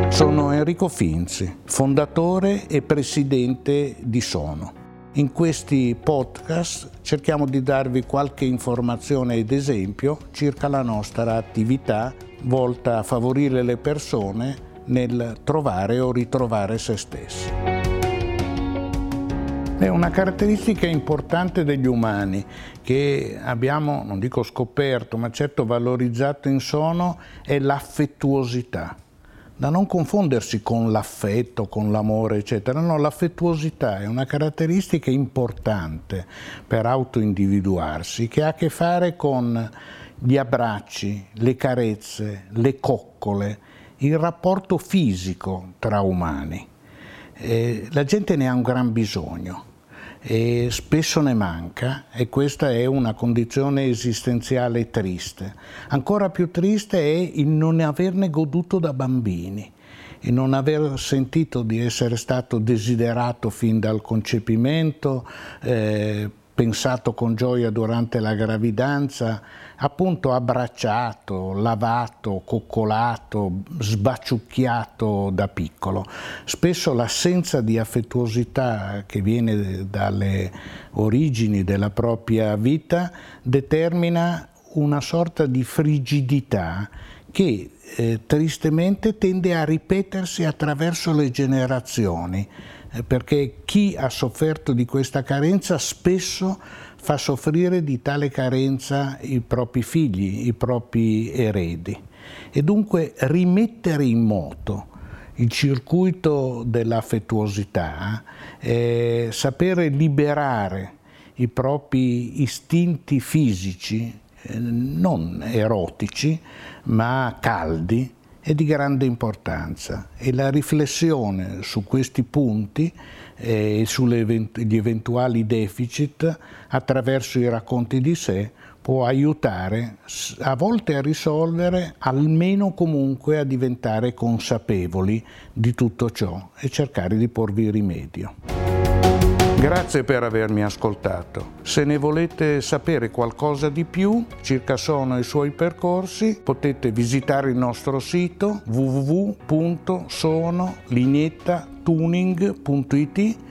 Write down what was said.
Sono Enrico Finzi, fondatore e presidente di Sono. In questi podcast cerchiamo di darvi qualche informazione ed esempio circa la nostra attività volta a favorire le persone nel trovare o ritrovare se stessi. È una caratteristica importante degli umani che abbiamo, non dico scoperto, ma certo valorizzato in Sono, è l'affettuosità. Da non confondersi con l'affetto, con l'amore, eccetera. No, l'affettuosità è una caratteristica importante per autoindividuarsi che ha a che fare con gli abbracci, le carezze, le coccole, il rapporto fisico tra umani. La gente ne ha un gran bisogno e spesso ne manca, e questa è una condizione esistenziale triste. Ancora più triste è il non averne goduto da bambini, il non aver sentito di essere stato desiderato fin dal concepimento, pensato con gioia durante la gravidanza, appunto abbracciato, lavato, coccolato, sbaciucchiato da piccolo. Spesso l'assenza di affettuosità che viene dalle origini della propria vita determina una sorta di frigidità che tristemente tende a ripetersi attraverso le generazioni, perché chi ha sofferto di questa carenza spesso fa soffrire di tale carenza i propri figli, i propri eredi. E dunque rimettere in moto il circuito dell'affettuosità, sapere liberare i propri istinti fisici, non erotici, ma caldi, è di grande importanza, e la riflessione su questi punti e sugli eventuali deficit attraverso i racconti di sé può aiutare a volte a risolvere, almeno comunque a diventare consapevoli di tutto ciò e cercare di porvi rimedio. Grazie per avermi ascoltato. Se ne volete sapere qualcosa di più circa Sono e i suoi percorsi, potete visitare il nostro sito www.sonoliniettatuning.it